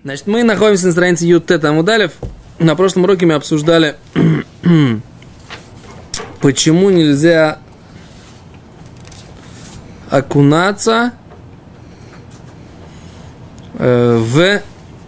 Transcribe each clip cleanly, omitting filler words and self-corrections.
Значит, мы находимся на странице Ют-Тет Амуд-Алеф. На прошлом уроке мы обсуждали, почему нельзя окунаться в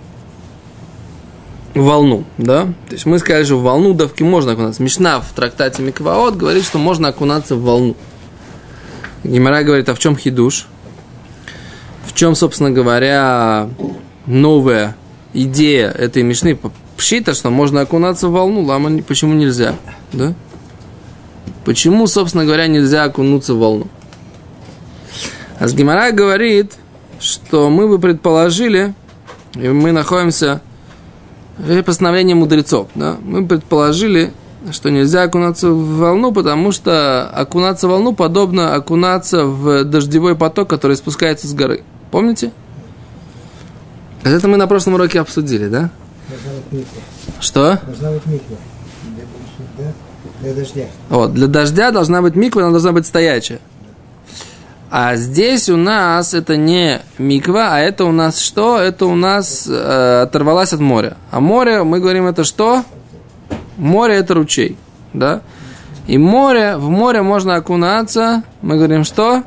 волну, да? То есть мы сказали, что в волну давки можно окунаться. Мишна в трактате Микваот говорит, что можно окунаться в волну. Гемара говорит, а в чем хидуш? В чем, собственно говоря, новая идея этой Мишны? Пшита, что можно окунаться в волну, лама, почему нельзя? Да? Почему, собственно говоря, нельзя окунуться в волну? А с Гемара говорит, что мы бы предположили, и мы находимся в постановлении мудрецов, да? Мы предположили, что нельзя окунаться в волну, потому что окунаться в волну подобно окунаться в дождевой поток, который спускается с горы. Помните? Это мы на прошлом уроке обсудили, да? Должна быть миква. Что? Должна быть миква. Для дождя. Вот, для дождя должна быть миква, она должна быть стоячая. А здесь у нас это не миква, а это у нас что? Это у нас оторвалась от моря. А море, мы говорим, это что? Море это ручей, да? И в море можно окунаться, мы говорим, что?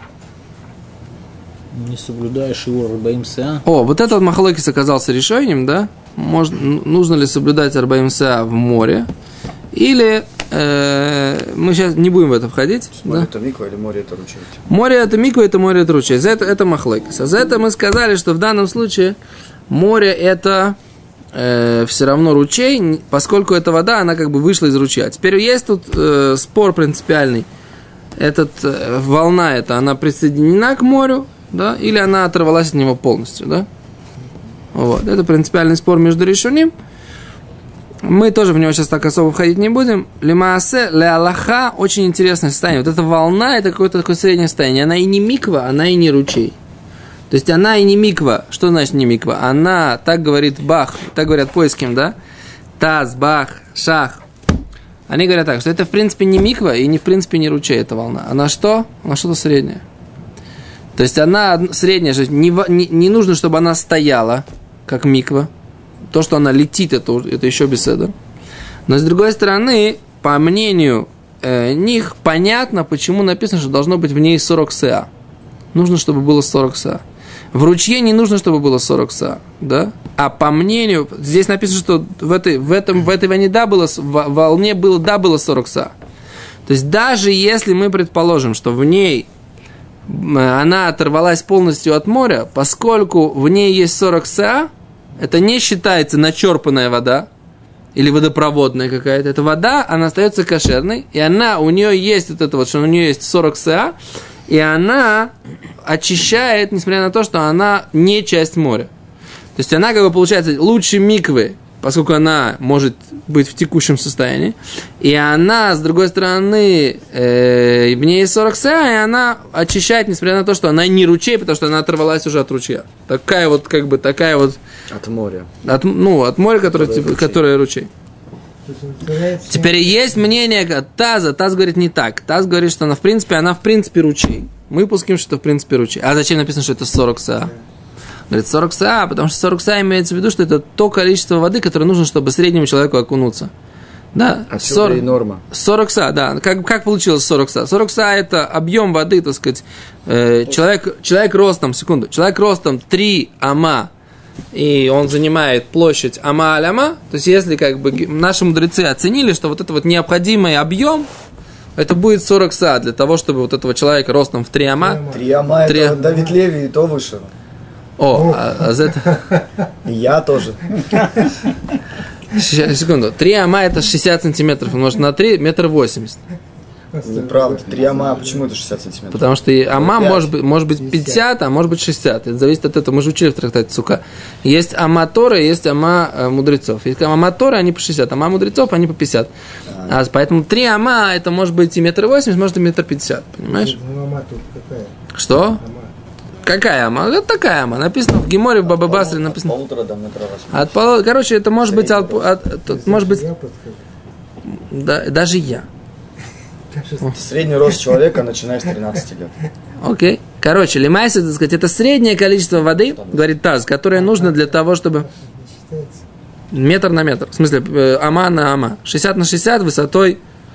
Не соблюдаешь его Арбаим Сеа. О, вот этот махлокис оказался решением, да? Нужно ли соблюдать Арбаим Сеа в море? Или мы сейчас не будем в это входить. Море да? это миква или море это ручей? Море это миква, это море это ручей. За это махлокис. А за это мы сказали, что в данном случае море это все равно ручей, поскольку эта вода, она как бы вышла из ручья. Теперь есть тут спор принципиальный. Волна эта, она присоединена к морю, да, или она оторвалась от него полностью, да? Вот. Это принципиальный спор между решением. Мы тоже в него сейчас так особо входить не будем. Лимаасе, ле Аллаха, очень интересное состояние. Вот эта волна, это какое-то такое среднее состояние. Она и не миква, она и не ручей. То есть она и не миква. Что значит не миква? Она, так говорит Бах, так говорят поиским, да? Таз, Бах, Шах. Они говорят так, что это в принципе не миква и не в принципе не ручей эта волна. Она что? Она что-то среднее. То есть она средняя, не нужно, чтобы она стояла, как миква. То, что она летит, это еще беседа. Но с другой стороны, по мнению них, понятно, почему написано, что должно быть в ней 40 сеа. Нужно, чтобы было 40 сеа. В ручье не нужно, чтобы было 40 сеа. Да? А по мнению, здесь написано, что в этой волне было 40 сеа. То есть даже если мы предположим, что в ней она оторвалась полностью от моря, поскольку в ней есть 40 сеа, это не считается начерпанная вода или водопроводная какая-то. Эта вода, она остается кошерной, и у нее есть вот это вот, что у нее есть 40 сеа, и она очищает, несмотря на то, что она не часть моря. То есть она, как бы, получается, лучше миквы, поскольку она может быть в текущем состоянии, и она, с другой стороны, в ней есть 40 сеа, и она очищает, несмотря на то, что она не ручей, потому что она оторвалась уже от ручья. Такая вот. От моря. От моря, которое ручей. Теперь есть мнение Таза. Таз говорит не так. Таз говорит, что она в принципе ручей. Мы пускаем, что это в принципе ручей. А зачем написано, что это 40 сеа? Говорит, 40 сеа, потому что 40 сеа имеется в виду, что это то количество воды, которое нужно, чтобы среднему человеку окунуться. Да, отсюда и норма. 40 сеа, да. Как получилось 40 сеа? 40 сеа это объем воды, так сказать. Человек ростом 3 ама, и он занимает площадь ама аль-ама. То есть, если как бы наши мудрецы оценили, что вот это вот необходимый объем, это будет 40 сеа для того, чтобы вот этого человека ростом в 3 ама. 3 ама это Давид Леви и то выше. За это... Я тоже. Секунду. 3 ама это 60 сантиметров. Умножить на 3, 1,80 м. Неправда. 3 ама, почему это 60 сантиметров? Потому что ама может быть 50, а может быть 60. Это зависит от этого. Мы же учили в трактате Сука. Есть ама Тора, есть ама мудрецов. Есть ама Тора, они по 60, ама мудрецов, они по 50. Поэтому 3 ама это может быть и 1,80 м, может и 1,50 м. Понимаешь? Ама тут какая? Что? Ама. Какая ама? Это такая ама. Написано в Геморе, в Баба Басре написано. От 1,5 до 1,8 м. Короче, это может быть... может быть... Даже я. Средний рост человека, начиная с 13 лет. Окей. Короче, лимайса, так сказать, это среднее количество воды, говорит Таз, которое нужно для того, чтобы... Метр на метр. В смысле, ама на ама. 60 на 60 высотой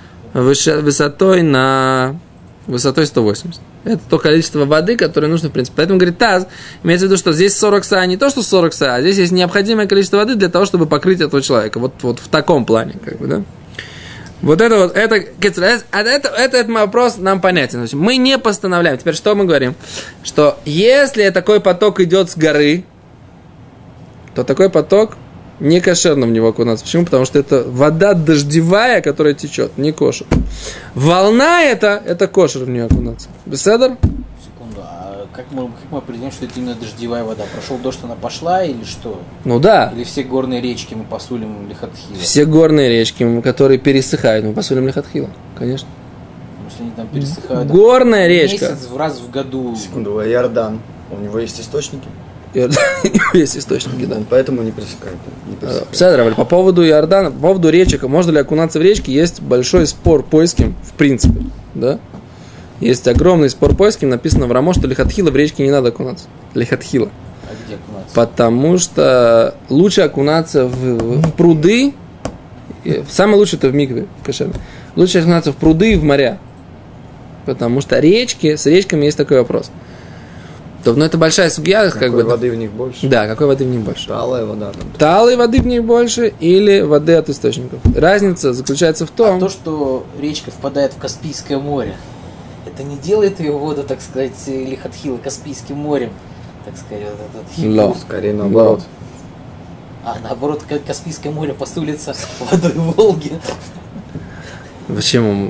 на... Высотой 180. Это то количество воды, которое нужно, в принципе. Поэтому, говорит Таз, имеется в виду, что здесь 40 са, не то, что 40 са, а здесь есть необходимое количество воды для того, чтобы покрыть этого человека. Вот в таком плане, как бы, да? Вот это, этот вопрос нам понятен. Мы не постановляем. Теперь что мы говорим? Что если такой поток идет с горы, то такой поток не кошерно в него окунаться. Почему? Потому что это вода дождевая, которая течет, не кошер. Волна это кошер в нее окунаться. Беседер? Секунду, а как мы определим, что это именно дождевая вода? Прошел дождь, она пошла или что? Ну да. Или все горные речки мы посулим лихатхила? Все горные речки, которые пересыхают, мы посулим лихатхила, конечно. Если они там пересыхают. Горная речка. Месяц раз в году. Секунду, а Иордан, у него есть источники? Есть источники, да. Он поэтому не пересекает. Пседр, по поводу Иордана, по поводу речек, можно ли окунаться в речки, есть большой спор поиским, в принципе, да? Есть огромный спор поиским, написано в Рамо, что лихатхила в речке не надо окунаться. Лихатхила. А где окунаться? Потому что лучше окунаться в пруды, самое лучшее это в микве, кошерно. Лучше окунаться в пруды и в моря. Потому что речки, с речками есть такой вопрос. Но это большая судья, как бы. Какой воды в них больше? Да, какой воды в них больше? Талая вода. Там. Талой воды в них больше или воды от источников. Разница заключается в том... А то, что речка впадает в Каспийское море, это не делает ее воду, так сказать, лихатхила Каспийским морем, так сказать, Но. Скорее наоборот. А наоборот, Каспийское море посулится водой Волги. Почему?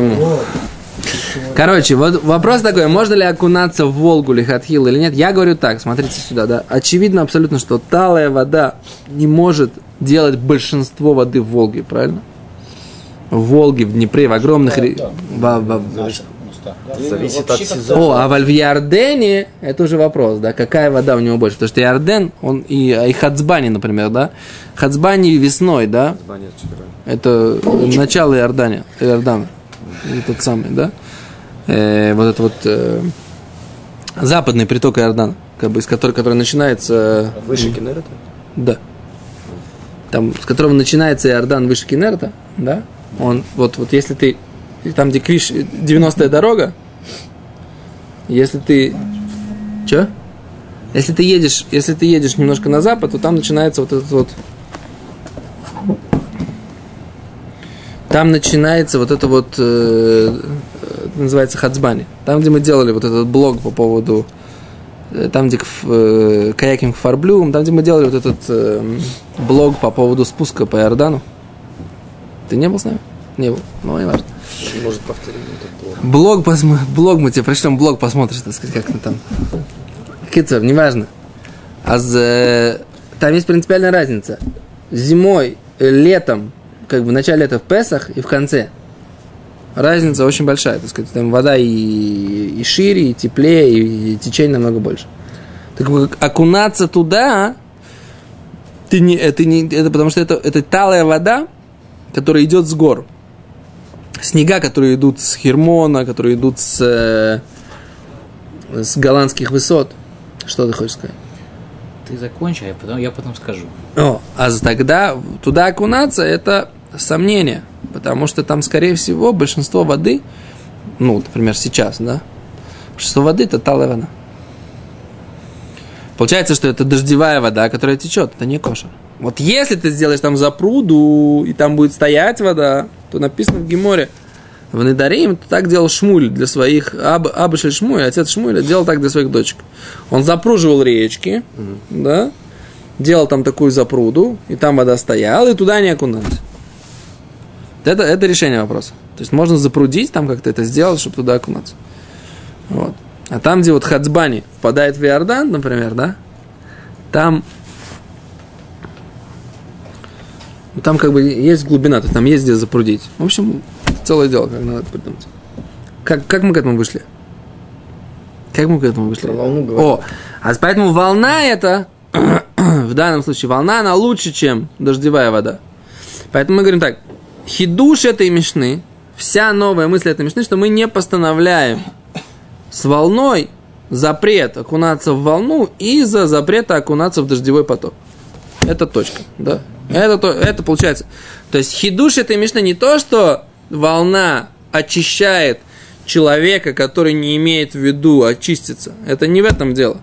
Короче, вот вопрос такой, можно ли окунаться в Волгу лихатхила или нет? Я говорю так, смотрите сюда, да. Очевидно абсолютно, что талая вода не может делать большинство воды в Волге, правильно? В Волге, в Днепре, в огромных... Зависит от сезона. А в Иордане это уже вопрос, да, какая вода у него больше. Потому что Иорден, он и Хацбани, например, да. Хацбани весной, да. Это начало Иордана. Тот самый, да? Вот это вот западный приток Иордана, как бы, который начинается... Выше Кинерета? Да. Там, с которого начинается Иордан выше Кинерета, да? Он, вот если ты... Там, где Квиш, 90-я дорога, если ты... Чё? Если ты едешь немножко на запад, то там начинается вот этот вот... Там начинается вот это вот, называется Хацбани. Там, где мы делали вот этот блог по поводу, там, где каякинг в Фарблюм, там, где мы делали вот этот блог по поводу спуска по Иордану. Ты не был с нами? Не был. Ну, не важно. Может, повторим этот блог. Блог мы тебе пришлем, блог посмотришь, так сказать, как там. Кицер, неважно. Там есть принципиальная разница. Зимой, летом, как бы в начале лета в Песах и в конце. Разница очень большая, так сказать. Там вода и шире, и теплее, и течение намного больше. Так как окунаться туда, это потому что это талая вода, которая идет с гор. Снега, которые идут с Хермона, которые идут с голландских высот. Что ты хочешь сказать? Ты закончи, я потом скажу. Тогда туда окунаться это сомнение, потому что там, скорее всего, большинство воды, например, сейчас, да, большинство воды это талая вода. Получается, что это дождевая вода, которая течет, это не кошер. Вот если ты сделаешь там запруду, и там будет стоять вода, то написано в Геморе, в Недарим, то так делал Шмуль для своих, Абышель Шмуль, отец Шмуля, делал так для своих дочек. Он запруживал речки, да, делал там такую запруду, и там вода стояла, и туда не окунались. Это решение вопроса. То есть можно запрудить, там как-то это сделать, чтобы туда окунаться. Вот. А там, где вот Хацбани впадает в Иордан, например, да, там как бы есть глубина, то есть там есть где запрудить. В общем, целое дело, как надо придумать. Как мы к этому вышли? Про волну говорим. Поэтому волна это, в данном случае, волна, она лучше, чем дождевая вода. Поэтому мы говорим так, хидуш этой мишны, вся новая мысль этой мишны, что мы не постановляем с волной запрет окунаться в волну из-за запрета окунаться в дождевой поток. Это точка, да? Это получается. То есть хидуш этой мишны не то, что волна очищает человека, который не имеет в виду очиститься. Это не в этом дело.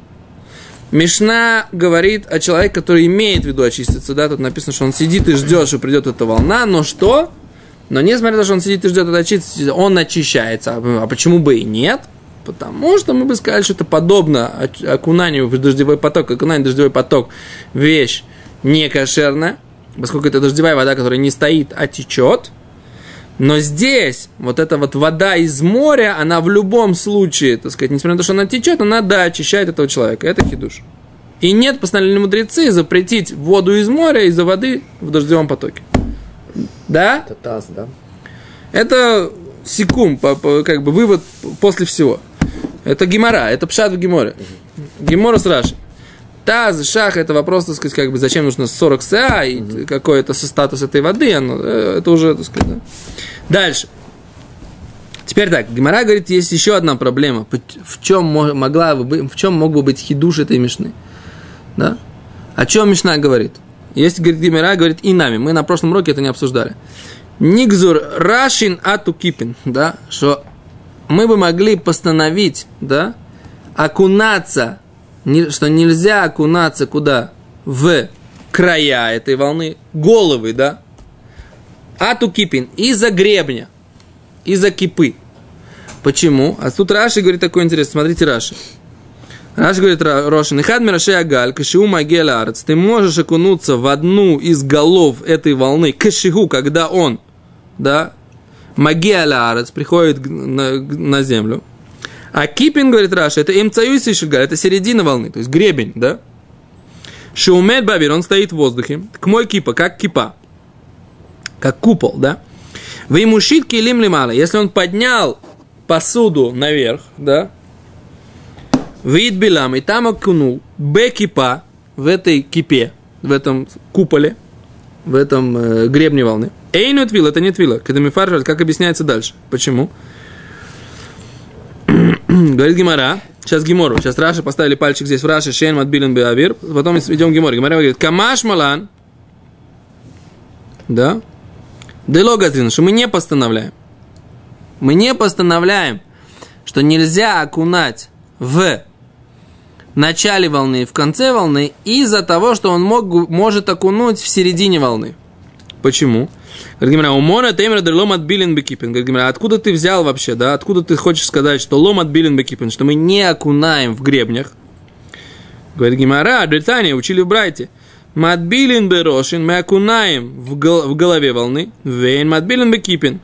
Мишна говорит о человеке, который имеет в виду очиститься. Да? Тут написано, что он сидит и ждет, что придет эта волна. Но что? Но несмотря на то, что он сидит и ждет очиститься, он очищается. А почему бы и нет? Потому что мы бы сказали, что это подобно окунанию в дождевой поток. Окунание в дождевой поток – вещь не кошерная, поскольку это дождевая вода, которая не стоит, а течет. Но здесь вот эта вот вода из моря, она в любом случае, так сказать, несмотря на то, что она течет, она, да, очищает этого человека. Это хидуш. И нет, постановили мудрецы запретить воду из моря из-за воды в дождевом потоке. Да? Это таз, да? Это секум, как бы вывод после всего. Это гемара, это пшат в геморе. Гемора с Раши. Таз, шах, это вопрос, так сказать, как бы зачем нужно 40 са и какой это статус этой воды, это уже, так сказать, да. Дальше. Теперь так, гемара говорит, есть еще одна проблема. В чем мог бы быть хидуш этой мишны? Да? О чем мишна говорит? Есть, говорит, гемара говорит и нами. Мы на прошлом уроке это не обсуждали. Нигзур рашин ату кипин, да, что мы бы могли постановить, да, окунаться, что нельзя окунаться куда? В края этой волны, головы, да? Ату кипин, из-за гребня, из-за кипы. Почему? А тут Раши говорит такой интерес, смотрите Раши. Раши говорит, Рошин, ихад мирашей агаль, кашиу магел арец, ты можешь окунуться в одну из голов этой волны, кашиу, когда он, да, магел арец, приходит на землю. А кипин, говорит Раши, это имцаюси шигаль, это середина волны, то есть гребень, да. Шеумет бабир, он стоит в воздухе, к мой кипа, как кипа, как купол, да. Вы ему щит килим лимала, если он поднял посуду наверх, да, вид билам, и там окунул бекипа в этой кипе, в этом куполе, в этом гребне волны. Эйну твил, это не твила, когда мы фаржали, как объясняется дальше. Почему? Говорит Гемара, сейчас Гемору, сейчас Раши поставили пальчик здесь в Раши, шейн матбилен беавир, потом идем к Геморе. Гемора говорит, камаш малан, да, делогазрин, что мы не постановляем, что нельзя окунать в начале волны и в конце волны из-за того, что он может окунуть в середине волны. Почему? Говорит Гемара, умона теймер дер лом отбилен бекипен. Говорит Гемара, откуда ты взял вообще, да? Откуда ты хочешь сказать, что лом отбилен бекипен, что мы не окунаем в гребнях? Говорит Гемара, Британия, учили в Брайте. Матбилен берошин, мы окунаем в голове волны. Вейн матбилен бекипен.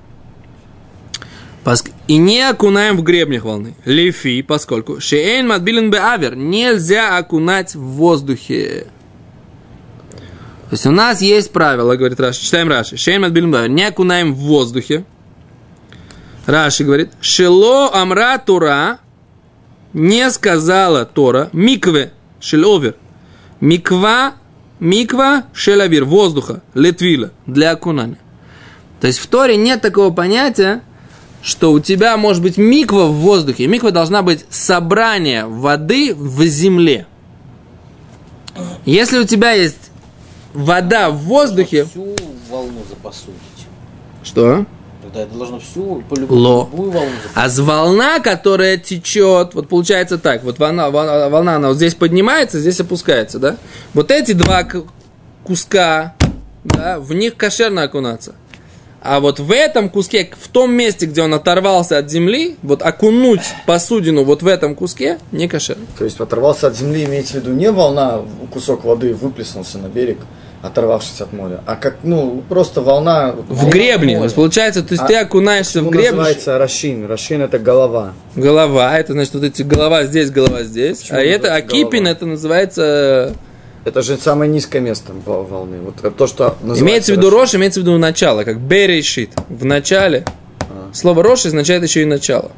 И не окунаем в гребнях волны. Лифи, поскольку шеэн матбилен беавер, нельзя окунать в воздухе. То есть у нас есть правило, говорит Раши, читаем Раши, шеэн матбилен беавер, не окунаем в воздухе. Раши говорит, шело амра Тора, не сказала Тора, микве шеловер, миква шелавир, воздуха, летвила, для окунания. То есть в Торе нет такого понятия, что у тебя может быть миква в воздухе. Миква должна быть собрание воды в земле. Если у тебя есть вода в воздухе... Всю волну запасудить. Что? Тогда это должно всю, любую волну запасудить. А волна, которая течет, вот получается так, вот волна, она вот здесь поднимается, здесь опускается, да? Вот эти два куска, да, в них кошерно окунаться. А вот в этом куске, в том месте, где он оторвался от земли, вот окунуть посудину вот в этом куске не кошерно. То есть оторвался от земли, имеется в виду не волна, кусок воды выплеснулся на берег, оторвавшись от моря, а как, просто волна... В гребне, то есть получается, то есть ты окунаешься в гребне. Называется рашин, рашин это голова. Голова, это значит, вот эти голова здесь. Почему кипин, это называется... Это же самое низкое место волны. Вот то, что имеется в виду рош, имеется в виду начало, как берешит. В начале. Слово рош означает еще и начало.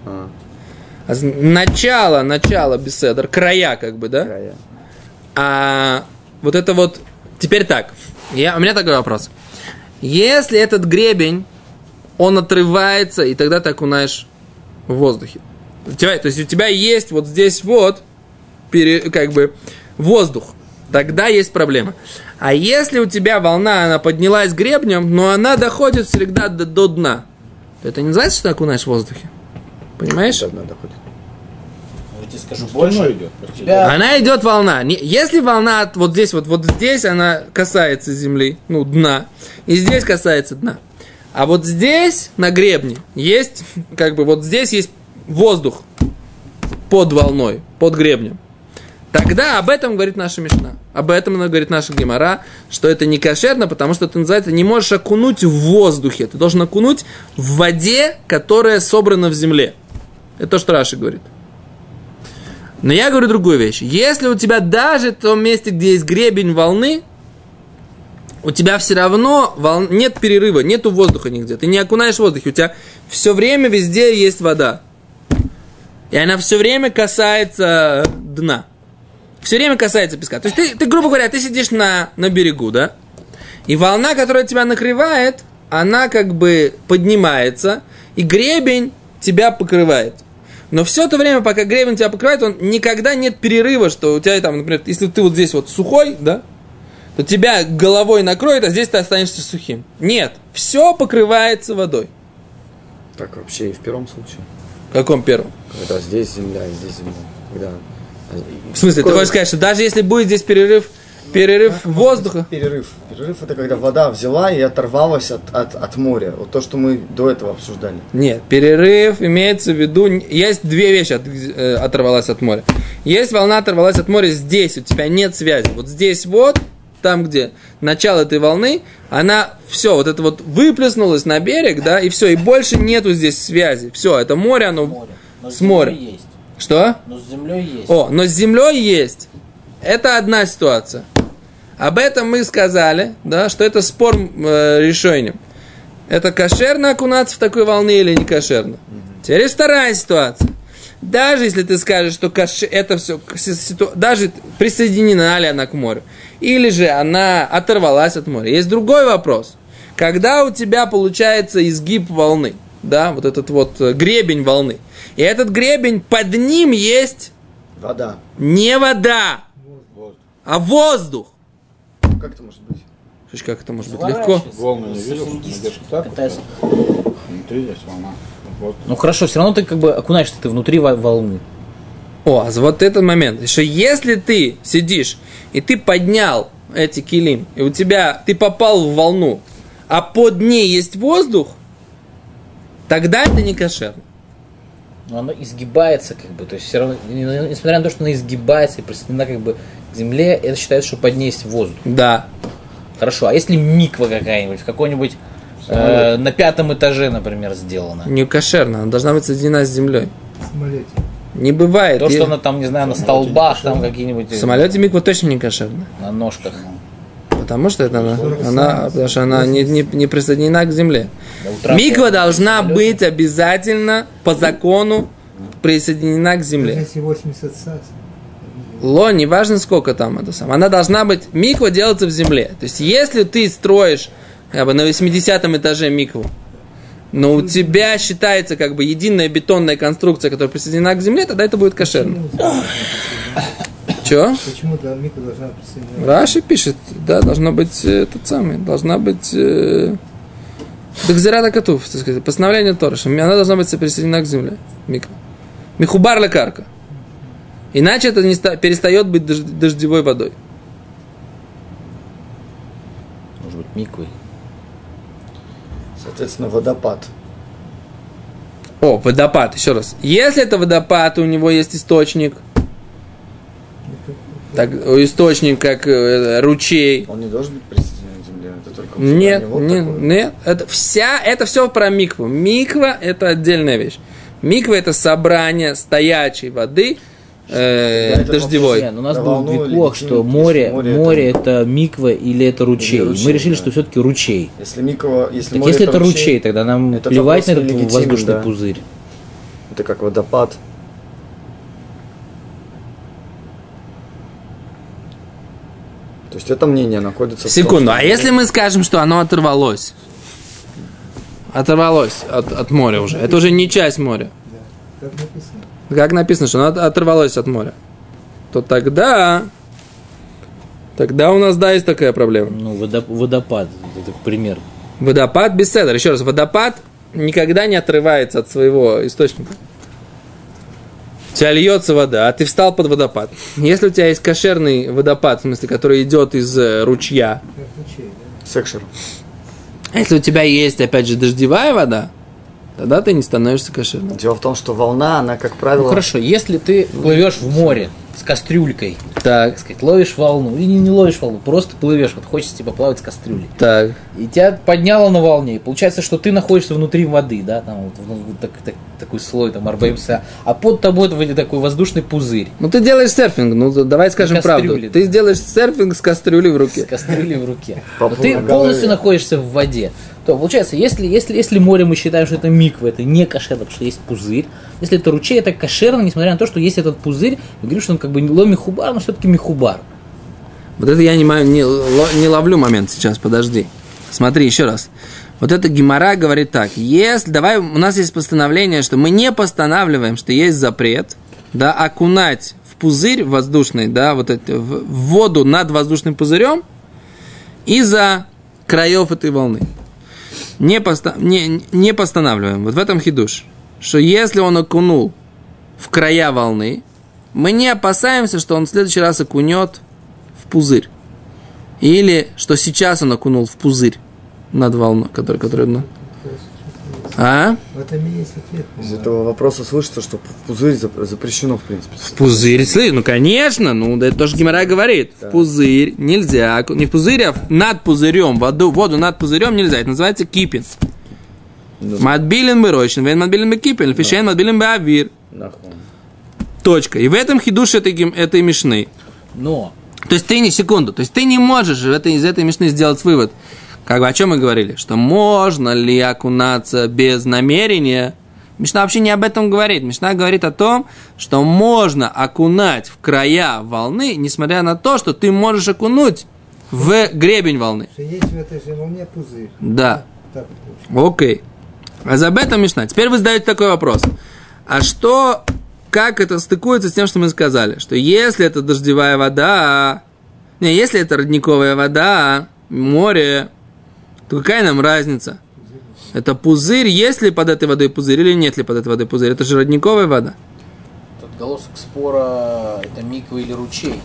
Начало беседер, края, как бы, да? Края. А вот это вот. Теперь так. У меня такой вопрос. Если этот гребень, он отрывается, и тогда ты окунаешь в воздухе. То есть у тебя есть вот здесь вот, как бы, воздух. Тогда есть проблема. А если у тебя волна, она поднялась гребнем, но она доходит всегда до дна, то это не называется, что ты окунаешь в воздухе? Понимаешь? До дна доходит. Я тебе скажу больше. Идет. Она идет волна. Если волна вот здесь, вот здесь она касается земли, ну, дна, и здесь касается дна. А вот здесь, на гребне, есть, как бы, вот здесь есть воздух под волной, под гребнем. Тогда об этом говорит наша Мишна. Об этом говорит наша Гемара, что это не кошерно, потому что ты называется, не можешь окунуть в воздухе. Ты должен окунуть в воде, которая собрана в земле. Это то, что Раши говорит. Но я говорю другую вещь. Если у тебя даже в том месте, где есть гребень волны, у тебя все равно нет перерыва, нету воздуха нигде. Ты не окунаешь в воздухе. У тебя все время везде есть вода. И она все время касается дна. Все время касается песка. То есть ты, грубо говоря, ты сидишь на берегу, да? И волна, которая тебя накрывает, она как бы поднимается, и гребень тебя покрывает. Но все то время, пока гребень тебя покрывает, он никогда нет перерыва, что у тебя там, например, если ты вот здесь вот сухой, да, то тебя головой накроет, а здесь ты останешься сухим. Нет, все покрывается водой. Так вообще и в первом случае. В каком первом? Когда здесь земля, и здесь земля. Когда... В смысле, ты хочешь сказать, что даже если будет здесь перерыв воздуха? Перерыв. Перерыв — это когда вода взяла и оторвалась от моря. Вот то, что мы до этого обсуждали. Нет, перерыв имеется в виду... Есть две вещи оторвалась от моря. Есть волна оторвалась от моря здесь, у тебя нет связи. Вот здесь вот, там, где начало этой волны, она все, вот это вот выплеснулась на берег, да, и все, и больше нету здесь связи. Все, это море, оно с морем. Есть. Что? Но с землей есть. Но с землей есть. Это одна ситуация. Об этом мы сказали, да, что это спор решением. Это кошерно окунаться в такой волне или не кошерно? Теперь вторая ситуация. Даже если ты скажешь, что это все, даже присоединена ли она к морю, или же она оторвалась от моря. Есть другой вопрос. Когда у тебя получается изгиб волны, да, вот этот вот гребень волны, и этот гребень, под ним есть... Вода. Не вода, а воздух. Как это может быть? Как это может быть? Легко. Волны не видел, она держит так. Внутри здесь волна. Ну хорошо, все равно ты как бы окунаешься ты внутри волны. Вот этот момент. Что если ты сидишь, и ты поднял эти килим, и у тебя, ты попал в волну, а под ней есть воздух, тогда это не кошерно. Но она изгибается как бы, то есть все равно, несмотря на то, что она изгибается и присоединена как бы к земле, это считается, что под ней есть воздух. Да. Хорошо, а если миква какая-нибудь, в какой-нибудь на 5-м этаже, например, сделана? Не кошерно, она должна быть соединена с землей. В самолете. Не бывает. То, что она там, не знаю, на столбах, там какие-нибудь... В самолете миква точно не кошерно. На ножках. Потому что это потому что она не присоединена к земле. Миква должна быть обязательно по закону присоединена к земле. Если 80 сас. Не важно сколько там это самое. Она должна быть, миква делается в земле. То есть если ты строишь как бы на 80-м этаже микву, но у тебя считается как бы единая бетонная конструкция, которая присоединена к земле, тогда это будет кошерно. Чего? Почему миква должна присоединиться? Раши пишет, да, должно быть тот самый, должна быть Дагзирата Катув, так сказать, постановление Торы, она должна быть присоединена к земле. Миква. Михубар лекарка. Иначе это не перестает быть дождевой водой. Может быть, миквой. Соответственно, водопад. Водопад, еще раз. Если это водопад, у него есть источник, так, источник как ручей. Он не должен быть присоединен к земле, это только Нет. Это все про микву. Миква – это отдельная вещь. Миква – это собрание стоячей воды дождевой. У нас был векох, что море это миква или это ручей. Мы решили, что все-таки ручей. Если это ручей, тогда нам плевать на этот воздушный пузырь. Это как водопад. То есть это мнение находится... Секунду, а если мы скажем, что оно оторвалось от моря уже, это уже не часть моря. Да, как написано. как написано, что оно оторвалось от моря, то тогда у нас, да, есть такая проблема. Ну, водопад, это пример. Водопад без седра. Еще раз, водопад никогда не отрывается от своего источника. У тебя льется вода, а ты встал под водопад. Если у тебя есть кошерный водопад, в смысле, который идет из ручья, Секшер. а если у тебя есть, опять же, дождевая вода, тогда ты не становишься кошерным. Дело в том, что волна, она, как правило... Ну хорошо, если ты плывешь в море с кастрюлькой, так сказать, ловишь волну, или не ловишь волну, просто плывешь, вот хочется типа плавать с кастрюлей. Так. И тебя подняло на волне, и получается, что ты находишься внутри воды, да, там вот такой слой, там, РБМСА, а под тобой такой воздушный пузырь. Ну ты делаешь серфинг, ну давай скажем правду. Да. Ты сделаешь серфинг с кастрюлей в руке. С кастрюлей в руке. Но ты полностью находишься в воде. То получается, если море мы считаем, что это миква, это не кошерно, потому что есть пузырь. Если это ручей, это кошерно, несмотря на то, что есть этот пузырь, мы говорим, что он как бы не михубар, но все-таки михубар. Вот это я не ловлю момент сейчас, подожди. Смотри, еще раз. Вот эта гемара говорит так. У нас есть постановление, что мы не постанавливаем, что есть запрет, да, окунать в пузырь воздушный, да, вот это, в воду над воздушным пузырем из-за краев этой волны. Не постанавливаем. Вот в этом хидуш. Что если он окунул в края волны, мы не опасаемся, что он в следующий раз окунет в пузырь. Или что сейчас он окунул в пузырь над волной, который дно. А? В этом и есть ответ. Из этого вопроса слышится, что в пузырь запрещено, в принципе. В пузырь, ну конечно, это тоже Гемара говорит. Да. В пузырь нельзя, не в пузырь, а над пузырем, воду над пузырем нельзя, это называется кипин. Мадбилен быройшин, вен мадбилен бекипин, фишен мадбилен беавир. Точка. И в этом хидуш этой мишны. Но. То есть ты не можешь из этой мишны сделать вывод. Как бы о чем мы говорили? Что можно ли окунаться без намерения? Мишна вообще не об этом говорит. Мишна говорит о том, что можно окунать в края волны, несмотря на то, что ты можешь окунуть в гребень волны. Что есть в этой же волне пузырь. Да. Окей. А об этом Мишна. Теперь вы задаете такой вопрос. Как это стыкуется с тем, что мы сказали? Что если это дождевая вода, если это родниковая вода, море, то какая нам разница? Это пузырь, есть ли под этой водой пузырь или нет ли под этой водой пузырь? Это же родниковая вода. Тут голосок спора, это миква или ручей.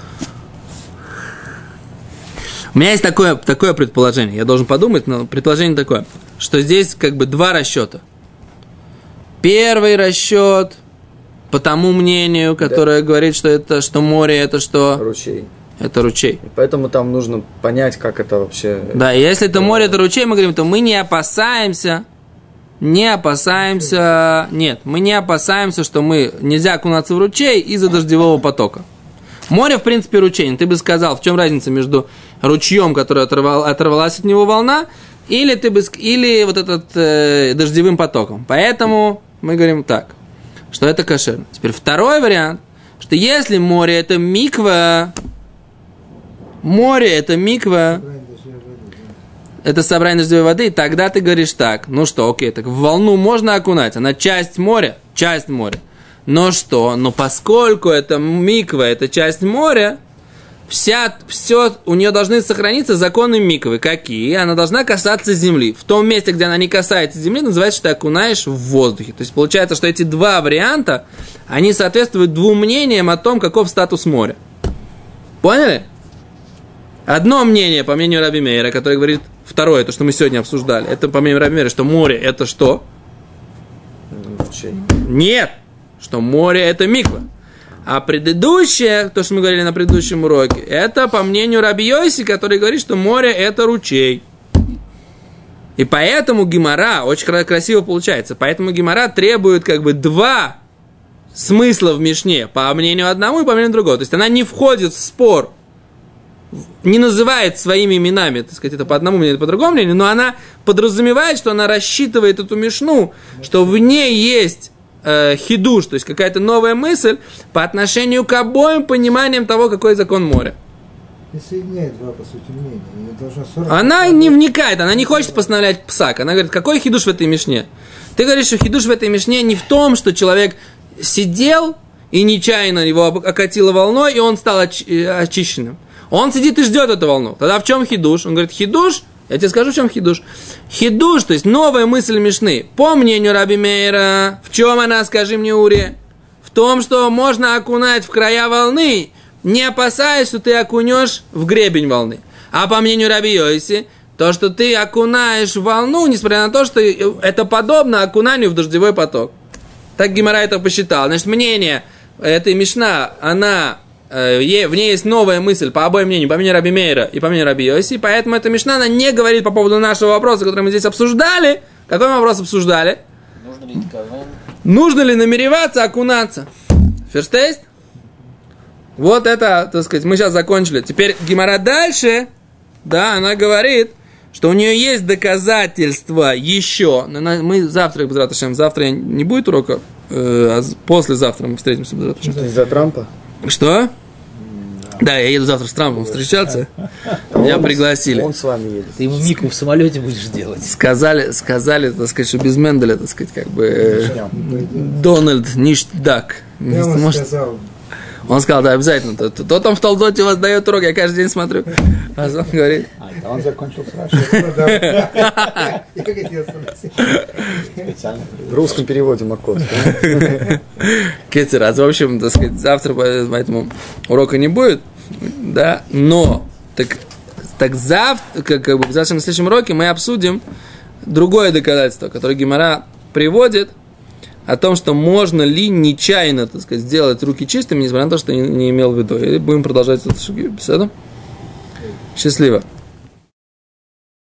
У меня есть такое предположение, я должен подумать, но предположение такое, что здесь как бы два расчета. Первый расчет, по тому мнению, которое говорит, что море это что? Ручей. Это ручей. И поэтому там нужно понять, как это вообще... Да, и если это море, это ручей, мы говорим, то мы не опасаемся, мы не опасаемся, что нельзя окунаться в ручей из-за дождевого потока. Море, в принципе, ручей. Ты бы сказал, в чем разница между ручьем, который оторвалась от него волна, или вот этот дождевым потоком. Поэтому мы говорим так, что это кошерно. Теперь второй вариант, что если море это миква, это собрание дождевой воды, тогда ты говоришь так, так в волну можно окунать, она часть моря. Но поскольку это миква, это часть моря, все у нее должны сохраниться законы миквы. Какие? Она должна касаться земли. В том месте, где она не касается земли, называется, что ты окунаешь в воздухе. То есть получается, что эти два варианта, они соответствуют двум мнениям о том, каков статус моря. Поняли? Одно мнение, по мнению Раби Мейра, который говорит, второе, то, что мы сегодня обсуждали, это по мнению Раби Мейра, что море это что? Нет, что море это миква. А предыдущее, то, что мы говорили на предыдущем уроке, это по мнению Раби Йоси, который говорит, что море это ручей. И поэтому Гемара, очень красиво получается, поэтому Гемара требует как бы два смысла в Мишне, по мнению одному и по мнению другого. То есть она не входит в спор, не называет своими именами, так сказать, это по одному мнению, по другому мнению, но она подразумевает, что она рассчитывает эту Мишну, что в ней есть хидуш, то есть какая-то новая мысль по отношению к обоим пониманиям того, какой закон моря. Не соединяет два, по сути, мнения. Она не вникает, она не хочет постановлять псак. Она говорит, какой хидуш в этой Мишне? Ты говоришь, что хидуш в этой Мишне не в том, что человек сидел, и нечаянно его окатило волной, и он стал очищенным. Он сидит и ждет эту волну. Тогда в чем хидуш? Он говорит, хидуш, я тебе скажу, в чем хидуш. Хидуш, то есть новая мысль Мишны. По мнению Раби Мейра, в чем она, скажи мне, Ури? В том, что можно окунать в края волны, не опасаясь, что ты окунешь в гребень волны. А по мнению Раби Йоси, то, что ты окунаешь в волну, несмотря на то, что это подобно окунанию в дождевой поток. Так Гемара это посчитал. Значит, мнение этой Мишна, она, в ней есть новая мысль по обоим мнениям, по мнению Раби Мейра и по мнению Раби Йоси, поэтому эта Мишна, она не говорит по поводу нашего вопроса, который мы здесь обсуждали. Какой мы вопрос обсуждали? Нужно ли намереваться окунаться? Ферштейст? Вот это, так сказать, мы сейчас закончили. Теперь Гемара дальше, да, она говорит, что у нее есть доказательства еще. Мы завтра, завтра не будет урока, а послезавтра мы встретимся. Из-за Трампа? Что? Да, я еду завтра с Трампом встречаться. Меня пригласили. Он с вами едет. Ты ему микву в самолете будешь делать. Сказали, так сказать, что без Менделя, так сказать, как бы Дональд Ништдак. Я вам сказал. Он сказал, да, обязательно. То там в Толдоте у вас дает урок, я каждый день смотрю. А он говорит. А он закончил сразу. Я хотел спросить. Специально. В русском переводе Макот. Кетер, в общем, так сказать, завтра поэтому урока не будет, да, но так завтра, как бы, завтра на следующем уроке мы обсудим другое доказательство, которое Гемара приводит, о том, что можно ли нечаянно, так сказать, сделать руки чистыми, несмотря на то, что не имел в виду. И будем продолжать эту беседу. Счастливо.